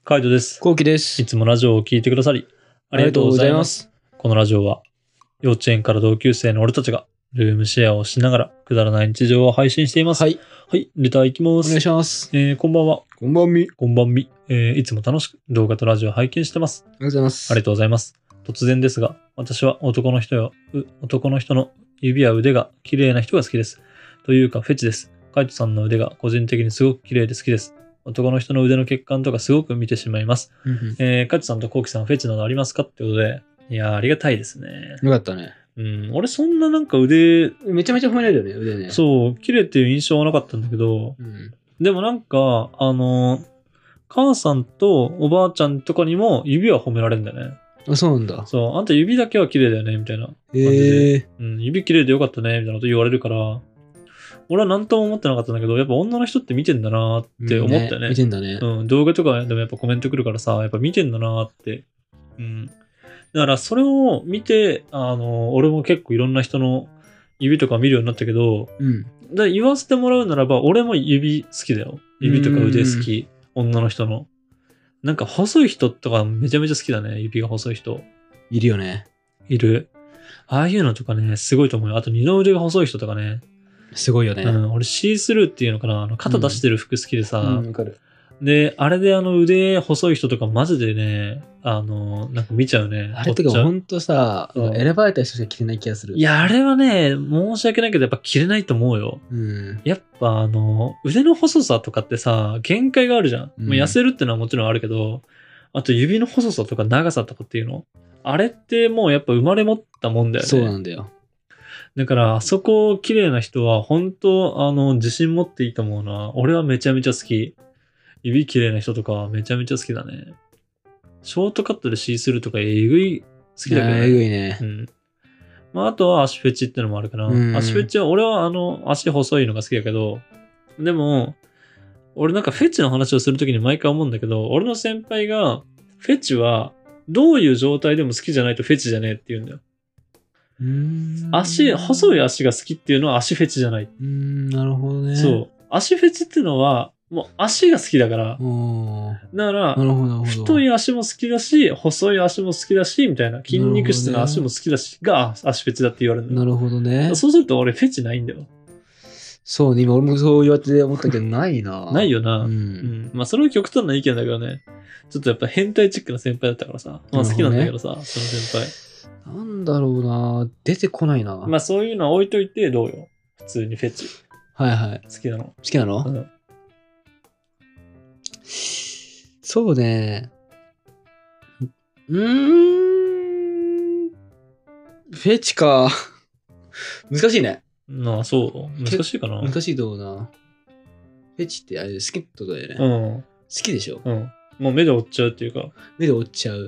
カイトです。 コウキです。 いつもラジオを聞いてくださり、ありがとうございます。このラジオは、幼稚園から同級生の俺たちが、ルームシェアをしながら、くだらない日常を配信しています。 はい。 はい、レターいきます。 お願いします。 こんばんは。 こんばんみ。 こんばんみ。いつも楽しく動画とラジオを拝見してます。 ありがとうございます。 ありがとうございます。突然ですが、私は男の人の指や腕が綺麗な人が好きです。というか、フェチです。カイトさんの腕が個人的にすごく綺麗で好きです。男の人の腕の血管とかすごく見てしまいます。カイトさんとコウキさんフェチなどありますかってことで、いやーありがたいですね。 よかったね。 俺そんななんか腕、 めちゃめちゃ褒められるよね、腕ね。 そう、綺麗っていう印象はなかったんだけど、でもなんか、母さんとおばあちゃんとかにも指は褒められるんだよね。 あ、そうなんだ。 そう、あんた指だけは綺麗だよね、みたいな感じで。指綺麗でよかったね、みたいなこと言われるから、俺は何とも思ってなかったんだけど、やっぱ女の人って見てんだなって思ったよね。 見てんだね。 動画とかでもやっぱコメント来るからさ、やっぱ見てんだなって。だからそれを見て、俺も結構いろんな人の指とか見るようになったけど、だ言わせてもらうならば、俺も指好きだよ。指とか腕好き。女の人の。なんか細い人とかめちゃめちゃ好きだね。指が細い人。 いるよね。 いる。ああいうのとかね、すごいと思うよ。あと二の腕が細い人とかね。 すごいよね。 俺シースルーっていうのかな、肩出してる服好きでさ、 わかる。 で、あれで腕細い人とかマジでね、なんか見ちゃうね。 あれとかほんとさ、選ばれた人しか着れない気がする。 いや、あれはね、申し訳ないけどやっぱ着れないと思うよ。やっぱ腕の細さとかってさ、限界があるじゃん。痩せるってのはもちろんあるけど、あと指の細さとか長さとかっていうの、あれってもうやっぱ生まれ持ったもんだよね。 そうなんだよ。 だから、あそこ綺麗な人は、本当自信持っていいと思うな。俺はめちゃめちゃ好き。指綺麗な人とかはめちゃめちゃ好きだね。ショートカットでシースルーとかえぐい好きだけどね。 えぐいね。 まあ、あとは足フェチってのもあるかな。足フェチは、俺は足細いのが好きだけど、でも、俺なんかフェチの話をするときに毎回思うんだけど、俺の先輩が、フェチは、どういう状態でも好きじゃないとフェチじゃねえって言うんだよ。細い足が好きっていうのは足フェチじゃない。 なるほどね。 そう。足フェチっていうのは、もう足が好きだから。だから、太い足も好きだし、細い足も好きだし、みたいな。筋肉質な足も好きだし、が足フェチだって言われるんだよ。 なるほどね。 そうすると俺フェチないんだよ。 そうね、今俺もそう言われて思ったけど、ないな。 ないよな。まあそれは極端な意見だけどね。ちょっとやっぱ変態チックな先輩だったからさ。まあ好きなんだけどさ、その先輩。 なんだろうな、出てこないな。 まあそういうのは置いといてどうよ。普通にフェチ。 はいはい。 好きなの。 好きなの？そうね。フェチか。難しいね。 そう難しいかな。 難しいと思うな。フェチってあれ好きってことだよね。好きでしょ。 もう目で追っちゃうっていうか。 目で追っちゃう。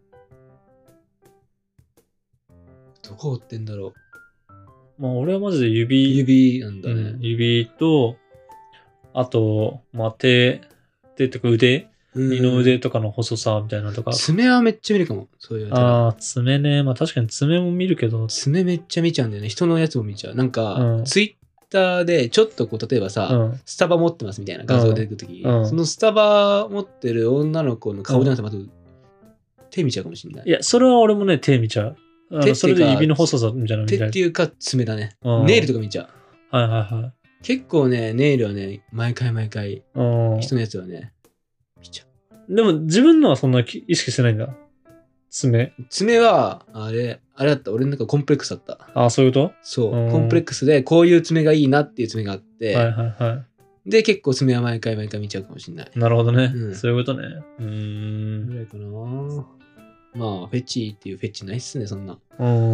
どこ追ってんだろう。まあ俺はマジで指なんだね。 指と、あと、まあ手とか腕、二の腕とかの細さみたいなのとか。 爪はめっちゃ見るかも。そういう。 爪ね。まあ確かに爪も見るけど。 爪めっちゃ見ちゃうんだよね。人のやつも見ちゃう。なんか、ツイッターでちょっとこう、例えばさ、スタバ持ってますみたいな画像が出てくるとき、そのスタバ持ってる女の子の顔じゃなくて、まず手見ちゃうかもしれない。 いや、それは俺もね、手見ちゃう。それで指の細さみたいなの見ちゃう。 手っていうか爪だね。ネイルとか見ちゃう。 はいはいはい。 結構ね、ネイルはね、毎回、人のやつはね、見ちゃう。でも自分のはそんな意識してないんだ。爪は、あれだった。俺の中コンプレックスだった。 そういうこと？ そう。コンプレックスで、こういう爪がいいなっていう爪があって、で、結構爪は毎回見ちゃうかもしれない。 なるほどね。そういうことね。 ぐらいかな。まあ、フェチっていうフェチないっすね、そんな。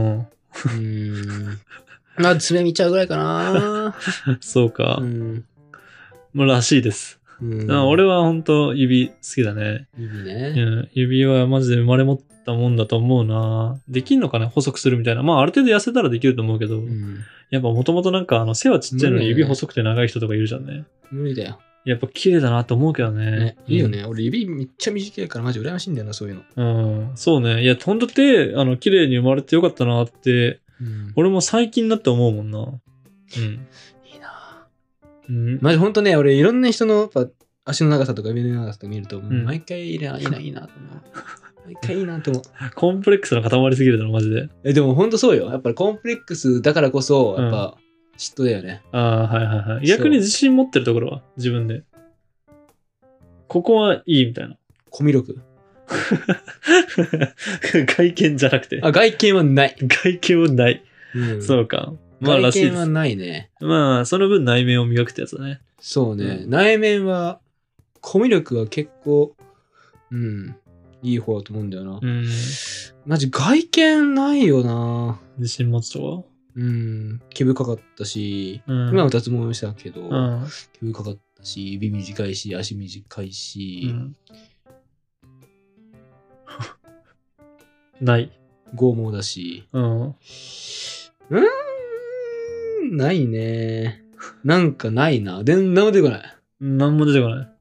まあ、爪見ちゃうぐらいかな。 そうか。まあ、らしいです。俺は本当指好きだね。 指ね。 指はマジで生まれ持ったもんだと思うな。できんのかね、細くするみたいな。まあ、ある程度痩せたらできると思うけど、やっぱもともとなんか背はちっちゃいのに指細くて長い人とかいるじゃんね。 無理だよ。 やっぱ綺麗だなと思うけどね。 いいよね。俺指めっちゃ短いからマジ羨ましいんだよな、そういうの。そうね。いや、ほんと綺麗に生まれてよかったなって、俺も最近になって思うもんな。 いいな。マジほんとね、俺いろんな人の足の長さとか指の長さとか見ると、毎回いいなと思う。毎回いいなと思う。 コンプレックスの塊すぎるだろ、マジで。 でもほんとそうよ。やっぱりコンプレックスだからこそ、やっぱ嫉妬だよね。 はいはいはい。逆に自信持ってるところは、自分で。ここはいいみたいな。 コミュ力外見じゃなくて。 外見はない。 外見はない。そうか。 まあ、外見はないね。 まあ、その分内面を磨くってやつだね。 そうね。内面は、コミュ力は結構、いい方だと思うんだよな。マジ外見ないよな。 自信持つとは毛深かったし、今は脱毛したけど、毛深かったし、指短いし、足短いし、 ない。 剛毛だし。ないね。なんかないな。何も出てこない。 何も出てこない。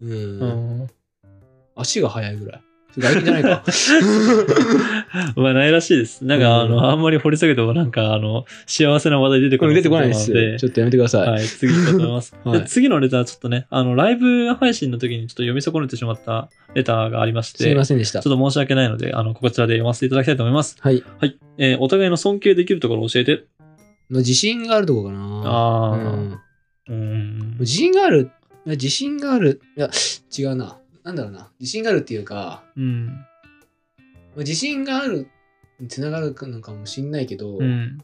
足が速いぐらい。外見じゃないか。 まあ、ないらしいです。なんか、あんまり掘り下げても、なんか、幸せな話題出てこない出てこないですよ。ちょっとやめてください。 はい、次行こうと思います。次のレター、ちょっとね、ライブ配信の時にちょっと読み損ねてしまったレターがありまして、 すいませんでした。 ちょっと申し訳ないので、こちらで読ませていただきたいと思います。 はい。 はい。お互いの尊敬できるところを教えて。 自信があるところかな。自信がある。いや、違うな。なんだろうな。自信があるっていうか、自信があるにつながるのかもしんないけど、なん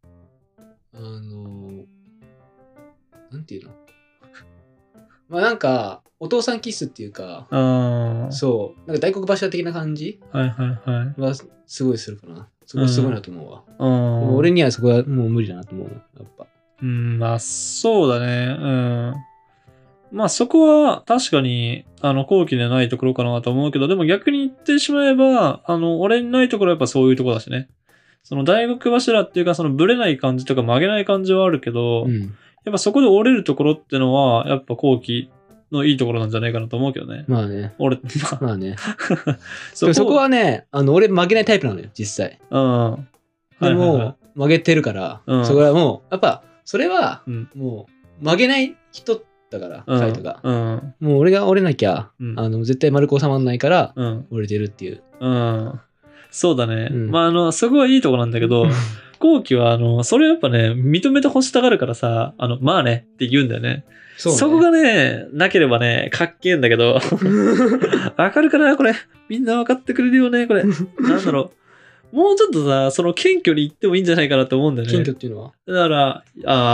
ていうのまあなんか、お父さん気質っていうか、そう、なんか大黒柱的な感じはすごいするかな。そこすごいなと思うわ。俺にはそこはもう無理だなと思う。やっぱ。 まあそうだね。まあそこは確かに、後期でないところかなと思うけど、でも逆に言ってしまえば、俺にないところはやっぱそういうところだしね。その大黒柱っていうか、そのブレない感じとか曲げない感じはあるけど、やっぱそこで折れるところってのは、やっぱ後期のいいところなんじゃないかなと思うけどね。 まあね。まあね。そこはね、俺曲げないタイプなのよ、実際。でも、曲げてるから、そこはもう、やっぱ、それは、もう、曲げない人だから、カイトが。もう俺が折れなきゃ、絶対丸く収まんないから、折れてるっていう。 そうだね。まあ、そこはいいとこなんだけど、後期は、それやっぱね、認めて欲したがるからさ、まあねって言うんだよね。そこがね、なければね、かっけえんだけど、わかるかなこれ。みんなわかってくれるよねこれ。なんだろう。もうちょっとさ、その謙虚に言ってもいいんじゃないかなと思うんだよね。 謙虚っていうのはだから、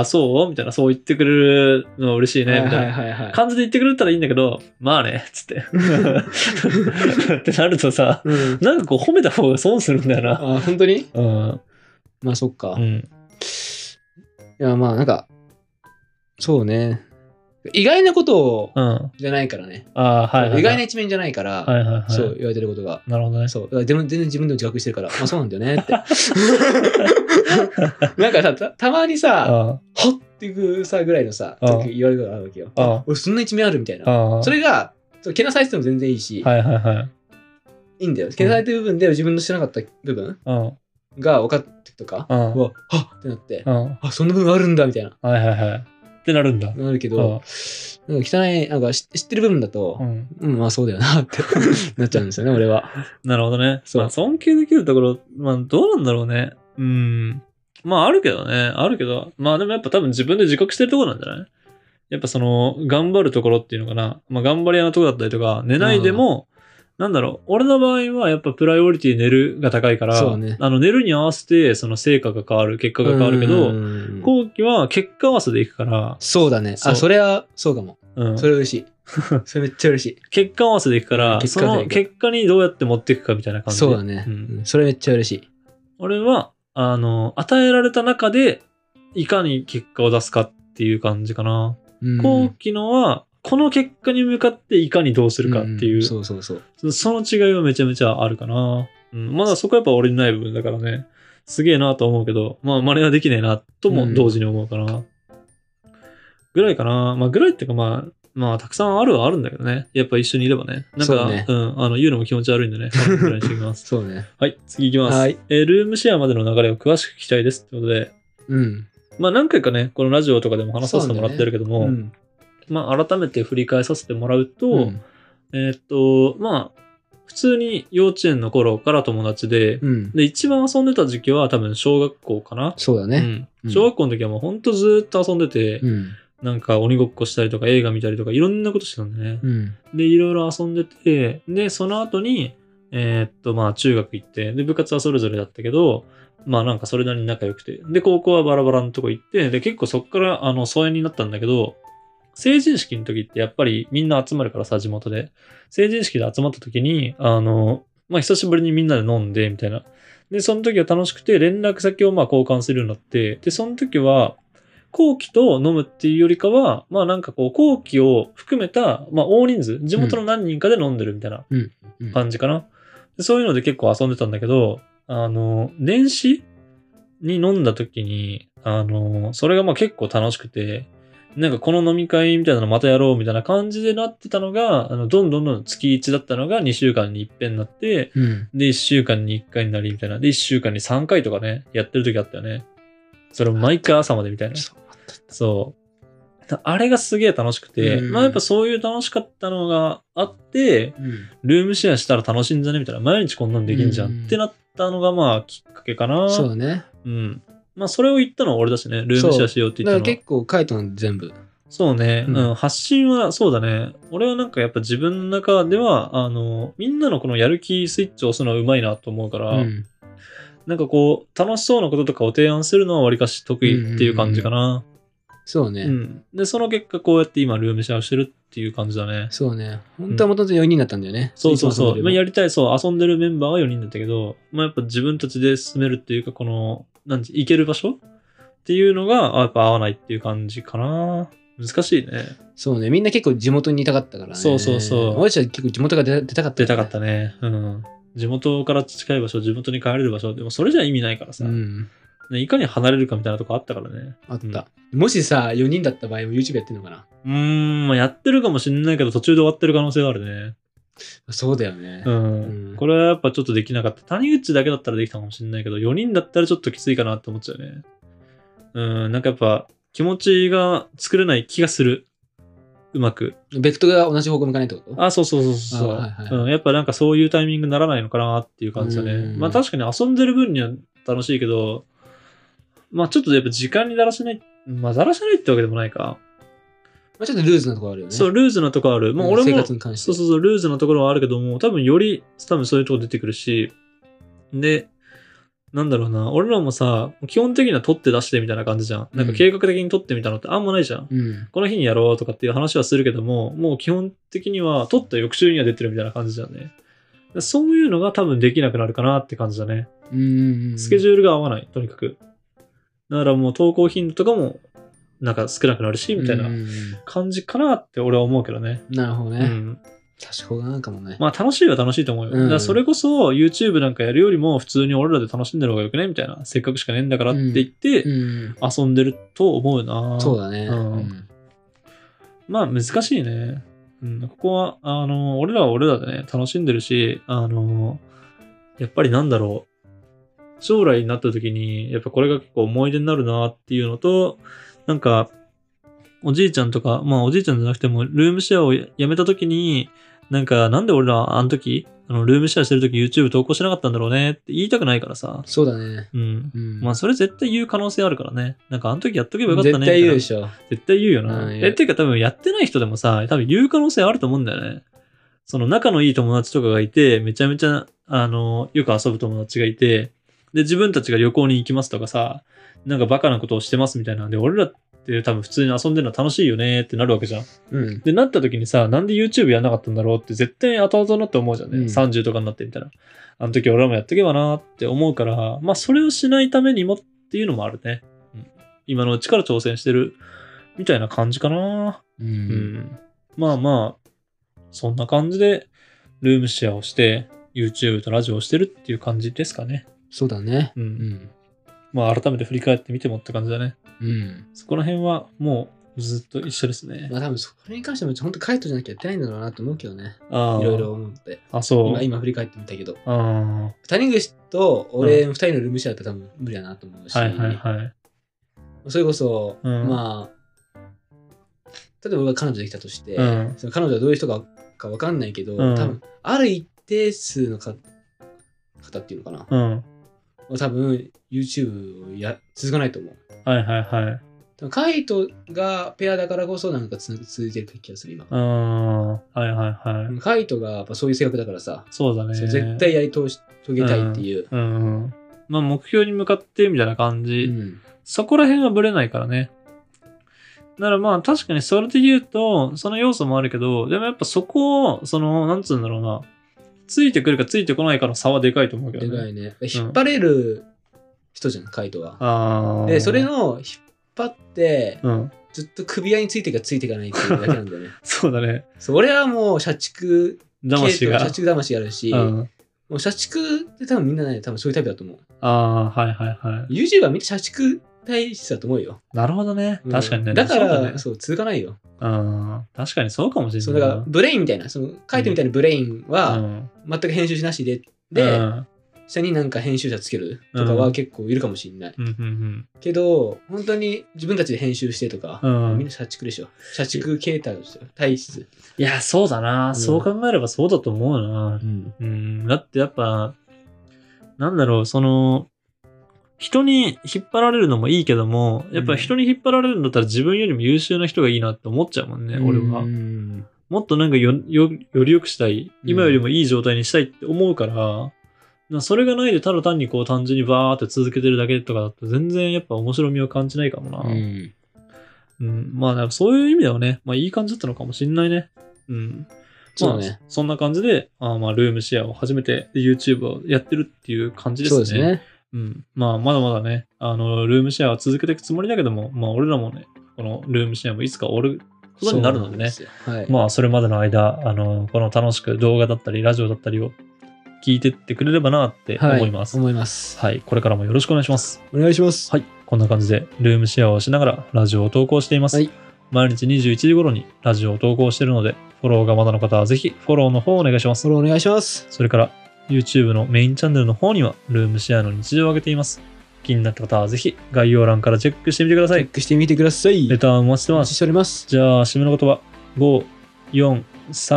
そうみたいな、そう言ってくれるのは嬉しいね、みたいな感じで言ってくれたらいいんだけど、まあね、つって。ってなるとさ、なんかこう褒めた方が損するんだよな。 本当にまあそっか。いや、まあなんか、そうね。意外なことを、じゃないからね。意外な一面じゃないから、そう言われてることが。 なるほどね。 そう。でも全然自分でも自覚してるから、まあそうなんだよねって。なんかさ、たまにさ、はっっていうさ、ぐらいのさ、時言われることがあるわけよ。俺そんな一面あるみたいな。それが、けなされてても全然いいし、いいんだよ。けなされてる部分で自分の知らなかった部分が分かってとか、はっってなって、そんな部分あるんだみたいな。 ってなるんだ。 なるけど、なんか汚い、なんか知ってる部分だと、まあそうだよなってなっちゃうんですよね、俺は。 なるほどね。まあ尊敬できるところ、まあどうなんだろうね。まああるけどね。あるけど、まあでもやっぱ多分自分で自覚してるところなんじゃない？やっぱその、頑張るところっていうのかな。まあ頑張り屋のところだったりとか、寝ないでも、なんだろう、俺の場合はやっぱプライオリティ寝るが高いから、寝るに合わせてその成果が変わる、結果が変わるけど、後期は結果合わせでいくから、 そうだね。それはそうかも。それ嬉しい。それめっちゃ嬉しい。 結果合わせでいくから、その結果にどうやって持っていくかみたいな感じで。 そうだね。それめっちゃ嬉しい。 俺は、与えられた中で、いかに結果を出すかっていう感じかな。後期のは、この結果に向かっていかにどうするかっていう。 その違いはめちゃめちゃあるかな。まだそこはやっぱ俺にない部分だからね。すげえなと思うけど、まあ真似はできねえなとも同時に思うかな。ぐらいかな。まあぐらいっていうかまあたくさんあるはあるんだけどね。やっぱ一緒にいればね。なんか、言うのも気持ち悪いんでね。ぐらいにしておきます。 そうね。 はい、次行きます。ルームシェアまでの流れを詳しく聞きたいですってことで。まあ何回かね、このラジオとかでも話させてもらってるけども、 まあ改めて振り返させてもらうと、まあ、普通に幼稚園の頃から友達で、で、一番遊んでた時期は多分小学校かな。 そうだね。 小学校の時はもうほんとずっと遊んでて、なんか鬼ごっこしたりとか映画見たりとかいろんなことしてたんだね。で、いろいろ遊んでて、で、その後に、まあ中学行って、で、部活はそれぞれだったけど、まあなんかそれなりに仲良くて、で、高校はバラバラのとこ行って、で、結構そっから疎遠になったんだけど、成人式の時ってやっぱりみんな集まるからさ、地元で。成人式で集まった時に、まあ久しぶりにみんなで飲んで、みたいな。で、その時は楽しくて、連絡先をまあ交換するようになって、で、その時は、後期と飲むっていうよりかは、まあなんかこう、後期を含めた、まあ大人数、地元の何人かで飲んでるみたいな感じかな。でそういうので結構遊んでたんだけど、年始に飲んだ時に、それがまあ結構楽しくて、なんかこの飲み会みたいなのまたやろうみたいな感じでなってたのが、どんどん月1だったのが2週間に一遍になって、で、1週間に1回になりみたいな。で、1週間に3回とかね、やってる時あったよね。それを毎回朝までみたいな。そう。あれがすげえ楽しくて、まあやっぱそういう楽しかったのがあって、ルームシェアしたら楽しいんじゃねみたいな。毎日こんなんできんじゃんってなったのがまあきっかけかな。 そうね。 まあそれを言ったのは俺だしね。ルームシェアしようって言ったのは。 だから結構カイトなん全部。 そうね、発信はそうだね。俺はなんかやっぱ自分の中では、みんなのこのやる気スイッチを押すのはうまいなと思うから、なんかこう、楽しそうなこととかを提案するのはわりかし得意っていう感じかな。 そうね。 で、その結果こうやって今ルームシェアをしてるっていう感じだね。 そうね。本当はもともと4人だったんだよね。 そうそうそう。まあ、やりたい、そう、遊んでるメンバーは4人だったけど、まあやっぱ自分たちで進めるっていうか、この、行ける場所っていうのが、やっぱ合わないっていう感じかな。難しいね。 そうね。みんな結構地元にいたかったからね。 そうそうそう。 俺たちは結構地元が出たかった、 ね。出たかったね。地元から近い場所、地元に帰れる場所。でもそれじゃ意味ないからさ。いかに離れるかみたいなとこあったからね。 あった。もしさ、4人だった場合も YouTube やってんのかな？ まあやってるかもしんないけど、途中で終わってる可能性があるね。 そうだよね。 これはやっぱちょっとできなかった。谷口だけだったらできたかもしんないけど、4人だったらちょっときついかなって思っちゃうね。なんかやっぱ気持ちが作れない気がする。うまく。 ベクトルが同じ方向向かないってこと？ そう。やっぱなんかそういうタイミングにならないのかなっていう感じだね。まあ確かに遊んでる分には楽しいけど、まあちょっとやっぱ時間にだらしない。まあだらしないってわけでもないか。 まあちょっとルーズなところあるよね。 そう、ルーズなところある。まあ俺も、 生活に関して。 そう、ルーズなところはあるけども、多分そういうところ出てくるし、で、なんだろうな、俺らもさ、基本的には撮って出してみたいな感じじゃん。なんか計画的に撮ってみたのってあんまないじゃん。この日にやろうとかっていう話はするけども、もう基本的には撮った翌週には出てるみたいな感じだよね。そういうのが多分できなくなるかなって感じだね。スケジュールが合わない、とにかく。だからもう投稿頻度とかもなんか少なくなるし、みたいな感じかなって俺は思うけどね。 なるほどね。確かなんかもね。 まあ楽しいは楽しいと思うよ。だからそれこそ YouTube なんかやるよりも普通に俺らで楽しんでる方がよくねみたいな。せっかくしかねえんだからって言って遊んでると思うな。 そうだね。 まあ難しいね。ここは、俺らは俺らでね、楽しんでるし、やっぱりなんだろう。将来になった時に、やっぱこれが結構思い出になるなっていうのと、なんか、おじいちゃんとか、まあおじいちゃんじゃなくても、ルームシェアをやめた時に、なんか、なんで俺らあの時、ルームシェアしてる時 YouTube 投稿しなかったんだろうねって言いたくないからさ。 そうだね。 まあそれ絶対言う可能性あるからね。なんかあの時やっとけばよかったね。 絶対言うでしょ。 絶対言うよな。っていうか多分やってない人でもさ、多分言う可能性あると思うんだよね。その仲のいい友達とかがいて、めちゃめちゃ、よく遊ぶ友達がいて、で、自分たちが旅行に行きますとかさ、なんかバカなことをしてますみたいなんで、俺らって多分普通に遊んでるの楽しいよねってなるわけじゃん。で、なった時にさ、なんで YouTube やんなかったんだろうって絶対後々になって思うじゃんね。30とかになってみたいな。あの時俺らもやっとけばなって思うから、まあそれをしないためにもっていうのもあるね。今のうちから挑戦してるみたいな感じかな。まあまあ、そんな感じでルームシェアをして、YouTube とラジオをしてるっていう感じですかね。 そうだね。 まあ改めて振り返ってみてもって感じだね。そこら辺はもうずっと一緒ですね。 まあ多分それに関しても本当カイトじゃなきゃやってないんだろうなと思うけどね。いろいろ思って。 そう。 今振り返ってみたけど。谷口と俺2人のルームシェアって多分無理だなと思うし。それこそ、まあ、 例えば僕が彼女できたとして、その彼女はどういう人か分かんないけど、多分ある一定数の方っていうのかな、多分 YouTube を続かないと思う。 はいはいはい。 カイトがペアだからこそなんか続いてる気がする今。 はいはいはい。 カイトがやっぱそういう性格だからさ。 そうだね。 絶対やり遂げたいっていう。 まあ目標に向かってみたいな感じ。そこら辺はブレないからね。だからまあ確かにそれで言うと、その要素もあるけど、でもやっぱそこを、なんつうんだろうな。ついてくるかついてこないかの差はでかいと思うけどね。 でかいね。引っ張れる人じゃん、カイトは。で、それの引っ張って、ずっと首輪についてかついていかないっていうだけなんだよね。 そうだね。 俺はもう社畜魂があるし、もう社畜って多分みんなね、多分そういうタイプだと思う。 はいはいはい。 YouTuber はみんな社畜体質だと思うよ。 なるほどね。確かにね。 だから、続かないよ。 確かにそうかもしれない。 だからブレインみたいな、カイトみたいなブレインは、全く編集しなしで、下になんか編集者つけるとかは結構いるかもしれない。けど、本当に自分たちで編集してとか、みんな社畜でしょ。社畜形態として体質。 いや、そうだな。そう考えればそうだと思うな。だってやっぱ、なんだろう、人に引っ張られるのもいいけども、やっぱ人に引っ張られるんだったら自分よりも優秀な人がいいなって思っちゃうもんね、俺は。もっとなんかより良くしたい、今よりもいい状態にしたいって思うから、それがないでただ単に単純にバーって続けてるだけとかだと全然やっぱ面白みを感じないかもな。まあなんかそういう意味ではね、まあいい感じだったのかもしんないね。そうね。そんな感じで、まあルームシェアを始めて YouTube をやってるっていう感じですね。そうですね。まあ、まだまだね、ルームシェアは続けていくつもりだけども、まあ、俺らもね、このルームシェアもいつか終わることになるのでね、まあ、それまでの間、この楽しく動画だったり、ラジオだったりを聞いてってくれればなって思います。 思います。 はい、これからもよろしくお願いします。 お願いします。 はい、こんな感じで、ルームシェアをしながらラジオを投稿しています。毎日21時頃にラジオを投稿しているので、フォローがまだの方はぜひフォローの方をお願いします。 フォローお願いします。 それから、YouTube のメインチャンネルの方にはルームシェアの日常を上げています。気になった方はぜひ概要欄からチェックしてみてください。 チェックしてみてください。 レターお待ちしてます。 お待ちしております。 じゃあ、締めの言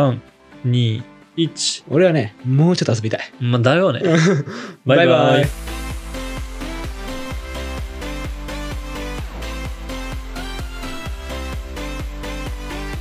葉。5、4、3、2、1。 俺はね、もうちょっと遊びたい。 だよね。バイバイ。